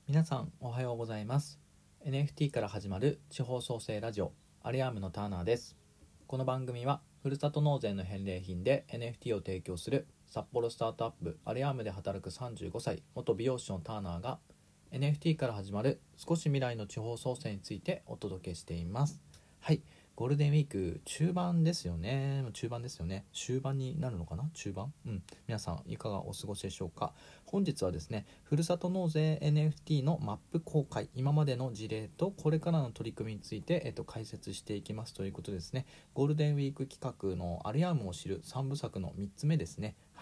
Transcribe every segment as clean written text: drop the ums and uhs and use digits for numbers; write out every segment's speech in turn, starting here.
皆さんおはようございます。 NFT から始まる地方創生ラジオアリアームのターナーです。この番組はふるさと納税の返礼品で NFT を提供する札幌スタートアップアリアームで働く35歳元美容師のターナーが NFT から始まる少し未来の地方創生についてお届けしています。はい、ゴールデンウィーク中盤ですよね。終盤になるのかな。皆さんいかがお過ごしでしょうか。本日はですね、ふるさと納税 NFT のマップ公開、今までの事例とこれからの取り組みについて、解説していきますということですね。ゴールデンウィーク企画のアリアームを知る3部作の3つ目ですね。はい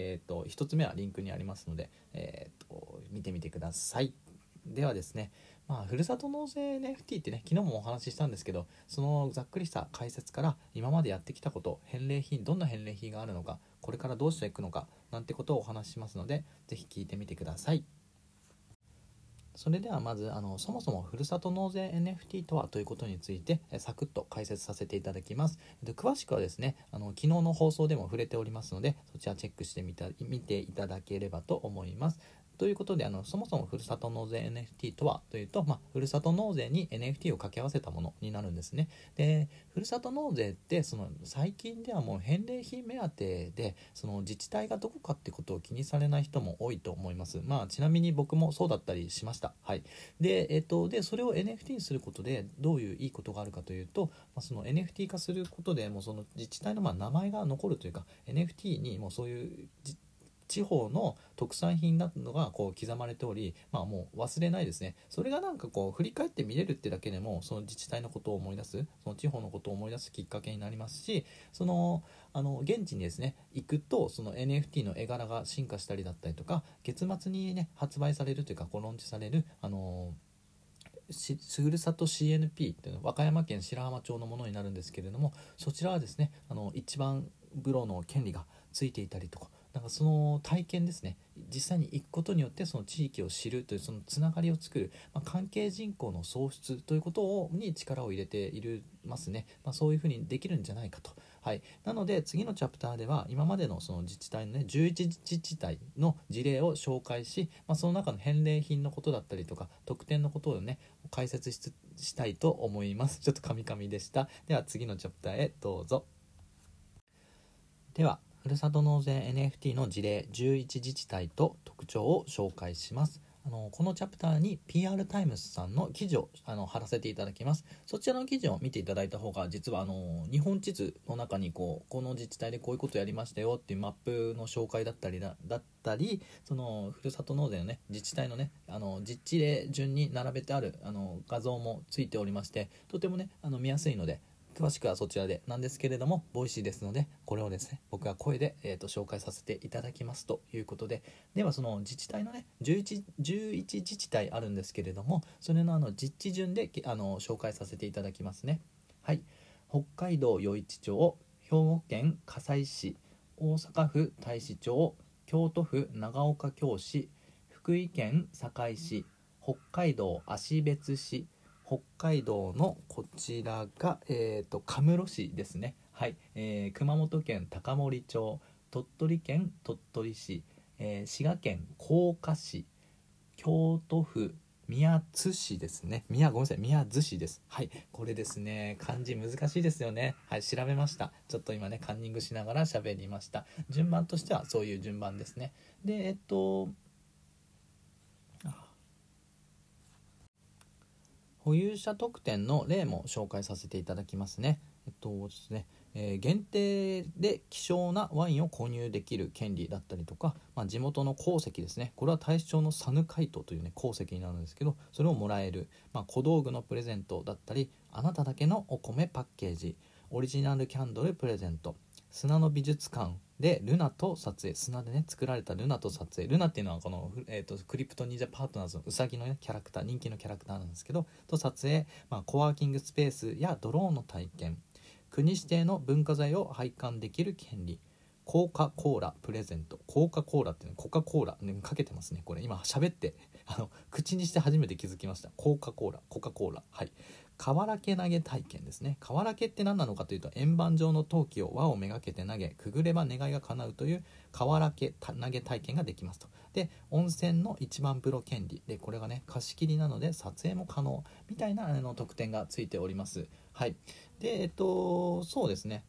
、1つ目はリンクにありますので、見てみてください。ではですね、ふるさと納税 NFT ってね、昨日もお話ししたんですけど、そのざっくりした解説から今までやってきたこと、返礼品、どんな返礼品があるのか、これからどうしていくのかなんてことをお話ししますので、ぜひ聞いてみてください。それではまずそもそもふるさと納税 NFT とはということについてサクッと解説させていただきます。詳しくはですね、昨日の放送でも触れておりますので、そちらチェックして見ていただければと思います。ということでそもそもふるさと納税 NFT とはというと、ふるさと納税に NFT を掛け合わせたものになるんですね。で、ふるさと納税って最近ではもう返礼品目当てで自治体がどこかってことを気にされない人も多いと思います。ちなみに僕もそうだったりしました。はい。で、それを NFT にすることでどういういいことがあるかというと、その NFT 化することでもうその自治体の名前が残るというか、 NFT にもうそういう地方の特産品などが刻まれており、もう忘れないですね。それが振り返って見れるってだけでも、その自治体のことを思い出す、その地方のことを思い出すきっかけになりますし、現地にですね行くと、その NFT の絵柄が進化したりだったりとか、月末にね発売されるというかローンチされるふるさと CNP というのは和歌山県白浜町のものになるんですけれども、そちらはですね一番風呂の権利がついていたりとか、その体験ですね、実際に行くことによってその地域を知るというそのつながりを作る、関係人口の創出ということに力を入れていますね。そういうふうにできるんじゃないかと。はい、なので次のチャプターでは今までのその自治体のね11自治体の事例を紹介し、その中の返礼品のことだったりとか特典のことをね解説したいと思います。ちょっとカミカミでした。では次のチャプターへどうぞ。ではふるさと納税 NFT の事例11自治体と特徴を紹介します。このチャプターに PR タイムズさんの記事を貼らせていただきます。そちらの記事を見ていただいた方が、実は日本地図の中にこの自治体でこういうことやりましたよっていうマップの紹介だったり、そのふるさと納税のね自治体のね実地例順に並べてある画像もついておりまして、とてもね見やすいので、詳しくはそちらでなんですけれども、ボイシーですのでこれをですね僕が声で、紹介させていただきますということで、ではその自治体のね11自治体あるんですけれども、それの実地順で紹介させていただきますね。はい、北海道余市町、兵庫県加西市、大阪府太子町、京都府長岡京市、福井県坂井市、北海道芦別市、北海道のこちらが、カムロ市ですね。はい、熊本県高森町、鳥取県鳥取市、滋賀県甲賀市、京都府宮津市ですね。ごめんなさい、宮津市です。はい、これですね、漢字難しいですよね。はい、調べました。ちょっと今ねカンニングしながら喋りました。順番としてはそういう順番ですね。で保有者特典の例も紹介させていただきますね。ですね、限定で希少なワインを購入できる権利だったりとか、地元の鉱石ですね、これは太子町のサヌカイトというね鉱石になるんですけど、それをもらえる、小道具のプレゼントだったり、あなただけのお米パッケージ、オリジナルキャンドルプレゼント、砂の美術館でルナと撮影、砂でね作られたルナと撮影、ルナっていうのはこの、クリプト忍者パートナーズのウサギの、ね、キャラクター、人気のキャラクターなんですけど、と撮影、コワーキングスペースやドローンの体験、国指定の文化財を拝観できる権利、コカ・コーラプレゼント、コカ・コーラっていうのコカ・コーラ、ね、かけてますね。これ今喋って口にして初めて気づきました。コカ・コーラ、はい、 瓦け投げ体験ですね。瓦けって何なのかというと、円盤状の陶器を輪をめがけて投げ、くぐれば願いが叶うという瓦け投げ体験ができますと。で、温泉の一番風呂権利で、これがね貸し切りなので撮影も可能みたいな特典がついております。はい。でそうですね、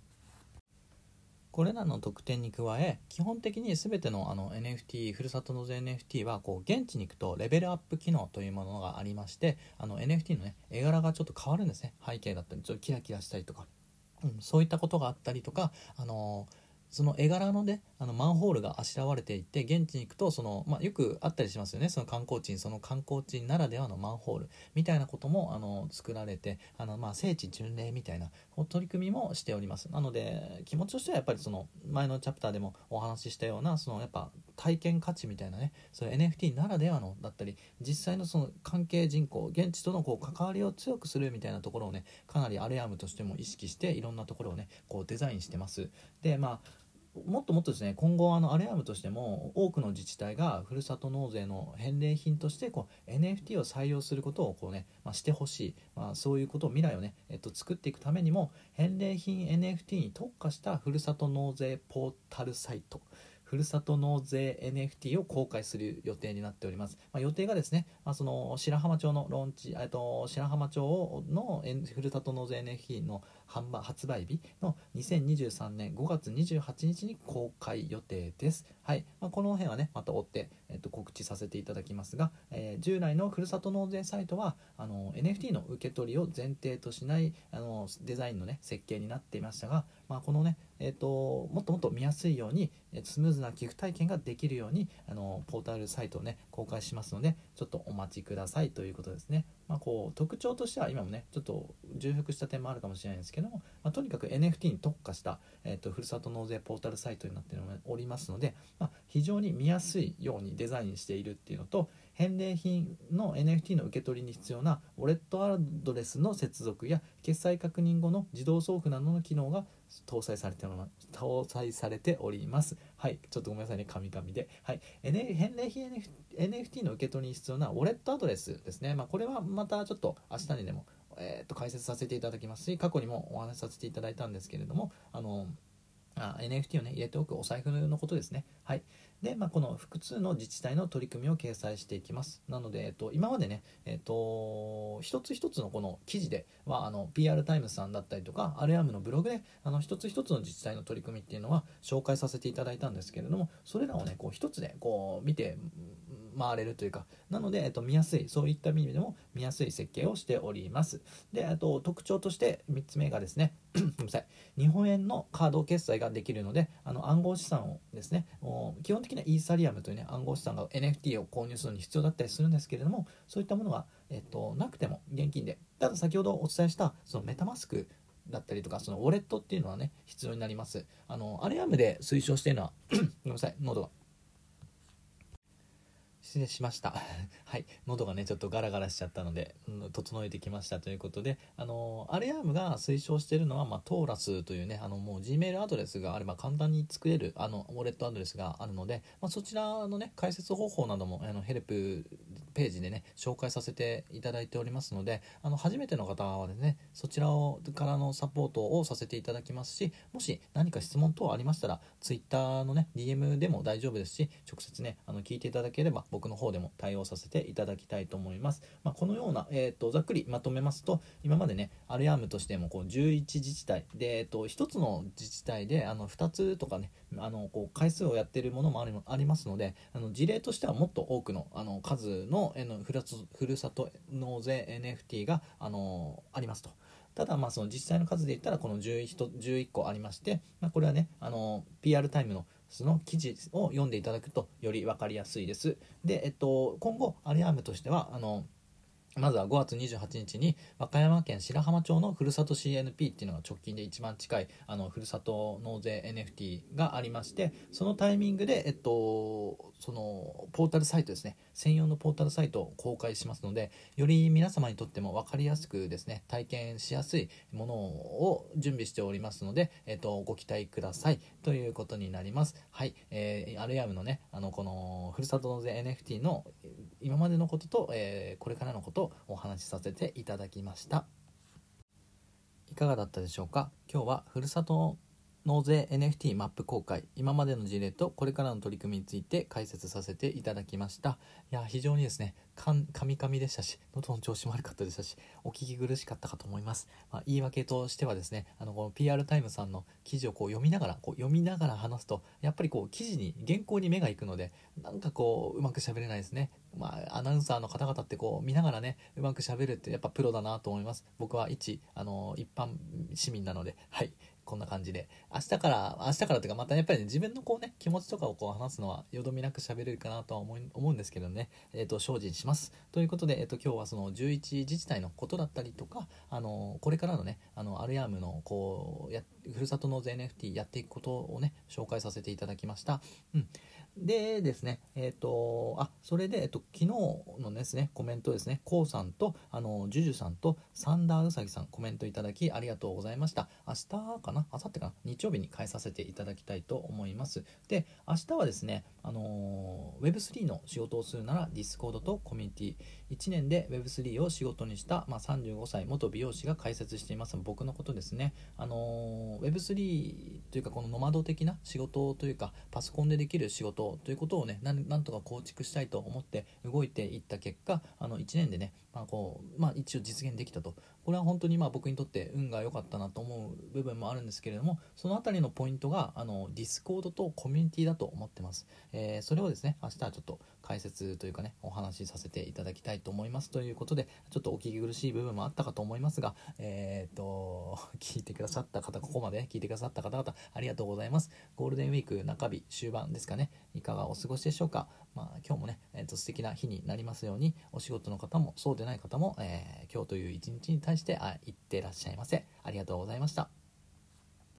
これらの特典に加え、基本的に全てのNFT、ふるさと納税 NFT は現地に行くとレベルアップ機能というものがありまして、NFT のね絵柄がちょっと変わるんですね。背景だったりちょっとキラキラしたりとか、そういったことがあったりとか、その絵柄のねマンホールがあしらわれていて、現地に行くとよくあったりしますよね。その観光地に、その観光地ならではのマンホールみたいなことも作られて、聖地巡礼みたいな取り組みもしております。なので気持ちとしてはやっぱりその前のチャプターでもお話ししたような、そのやっぱ体験価値みたいなね、それ NFT ならではのだったり、実際のその関係人口、現地との関わりを強くするみたいなところをね、かなりアレアームとしても意識していろんなところをねデザインしてます。でもっともっとですね、今後アレアームとしても多くの自治体がふるさと納税の返礼品としてNFT を採用することをしてほしい、そういうことを未来をね、作っていくためにも、返礼品 NFT に特化したふるさと納税ポータルサイト、ふるさと納税 NFT を公開する予定になっております。予定がですね、その白浜町のローンチ、白浜町のふるさと納税 NFT の発売日の2023年5月28日に公開予定です。はい。この辺はね、また追って、告知させていただきますが、従来のふるさと納税サイトはNFT の受け取りを前提としないデザインのね設計になっていましたが、このねもっともっと見やすいようにスムーズな寄付体験ができるようにポータルサイトをね公開しますので、ちょっとお待ちくださいということですね。特徴としては今もねちょっと重複した点もあるかもしれないんですけども、とにかく NFT に特化した、ふるさと納税ポータルサイトになっておりますので、非常に見やすいようにデザインしているっていうのと、返礼品の NFT の受け取りに必要なウォレットアドレスの接続や決済確認後の自動送付などの機能が搭載されております。はい、ちょっとごめんなさいね、神々で。はい、返礼品 NFT の受け取りに必要なウォレットアドレスですね。これはまたちょっと明日にでも、解説させていただきますし、過去にもお話しさせていただいたんですけれども、NFT をね入れておくお財布のことですね。はい。で、この複数の自治体の取り組みを掲載していきます。なので、今までね、一つ一つのこの記事ではPR タイムズさんだったりとかアレアムのブログで一つ一つの自治体の取り組みっていうのは紹介させていただいたんですけれども、それらをね一つで見て回れるというか、なので、見やすい、そういった意味でも見やすい設計をしております。で、特徴として3つ目がですねごめんなさい、日本円のカード決済ができるので、暗号資産をですね、基本的にはイーサリアムというね暗号資産が NFT を購入するのに必要だったりするんですけれども、そういったものが、なくても現金で、ただ先ほどお伝えしたそのメタマスクだったりとか、そのウォレットっていうのはね必要になります。アレアムで推奨しているのはごめんなさい、喉が失礼しましたはい、喉がねちょっとガラガラしちゃったので、整えてきましたということで、アレアームが推奨しているのは、トーラスというねもう Gmail アドレスがあれば簡単に作れるウォレットアドレスがあるので、そちらのね解説方法などもヘルプページでね紹介させていただいておりますので、初めての方はですねそちらからのサポートをさせていただきますし、もし何か質問等ありましたら Twitter のね DM でも大丈夫ですし、直接ね聞いていただければ僕の方でも対応させていただきたいと思います。このような、ざっくりまとめますと、今までねアレアームとしても11自治体で、1つの自治体で2つとかね回数をやっているものもありますので、事例としてはもっと多くの数のふるさと納税 NFT がありますと。ただその実際の数で言ったらこの11個ありまして、これはねPR タイムのその記事を読んでいただくとより分かりやすいです。で、今後アレアームとしてはまずは5月28日に和歌山県白浜町のふるさと CNP っていうのが直近で一番近いふるさと納税 NFT がありまして、そのタイミングで、そのポータルサイトですね、専用のポータルサイトを公開しますので、より皆様にとっても分かりやすくですね体験しやすいものを準備しておりますので、ご期待くださいということになります。はい、アレアムのねこのふるさと納税 NFT の今までのことと、これからのことをお話しさせていただきました。いかがだったでしょうか。今日はふるさと納税 NFT マップ公開、今までの事例とこれからの取り組みについて解説させていただきました。いや非常にですねカミカミでしたし、喉の調子も悪かったでしたし、お聞き苦しかったかと思います。言い訳としてはですね、この PR タイムさんの記事を読みながら話すと、やっぱり記事に原稿に目がいくので、なんかうまく喋れないですね。アナウンサーの方々って見ながらねうまく喋るってやっぱプロだなと思います。僕は一般市民なので、はい、こんな感じで明日からというか、またやっぱりね、自分の気持ちとかを話すのはよどみなく喋れるかなとは思うんですけどね、精進しますということで、今日はその11自治体のことだったりとか、これからのねアルアームのふるさと納税 NFT やっていくことをね紹介させていただきました。でですね、それで、昨日のですね、コメントですね、こうさんと、ジュジュさんと、サンダーウサギさん、コメントいただきありがとうございました。明日かな明後日かな日曜日に変えさせていただきたいと思います。で、明日はですね、Web3 の仕事をするなら、Discord とコミュニティ、1年で Web3 を仕事にした、35歳元美容師が解説しています。僕のことですね。Web3 というか、このノマド的な仕事というか、パソコンでできる仕事ということをね、なんとか構築したいと思って動いていった結果、1年でね、一応実現できたと。これは本当に僕にとって運が良かったなと思う部分もあるんですけれども、そのあたりのポイントがディスコードとコミュニティだと思ってます。それをですね、明日はちょっと解説というかね、お話しさせていただきたいと思いますということで、ちょっとお聞き苦しい部分もあったかと思いますが、聞いてくださった方、ここまで聞いてくださった方々ありがとうございます。ゴールデンウィーク中日終盤ですかね、いかがお過ごしでしょうか。今日もね、素敵な日になりますように、お仕事の方もそうでない方も、今日という一日に対していってらっしゃいませ。ありがとうございました。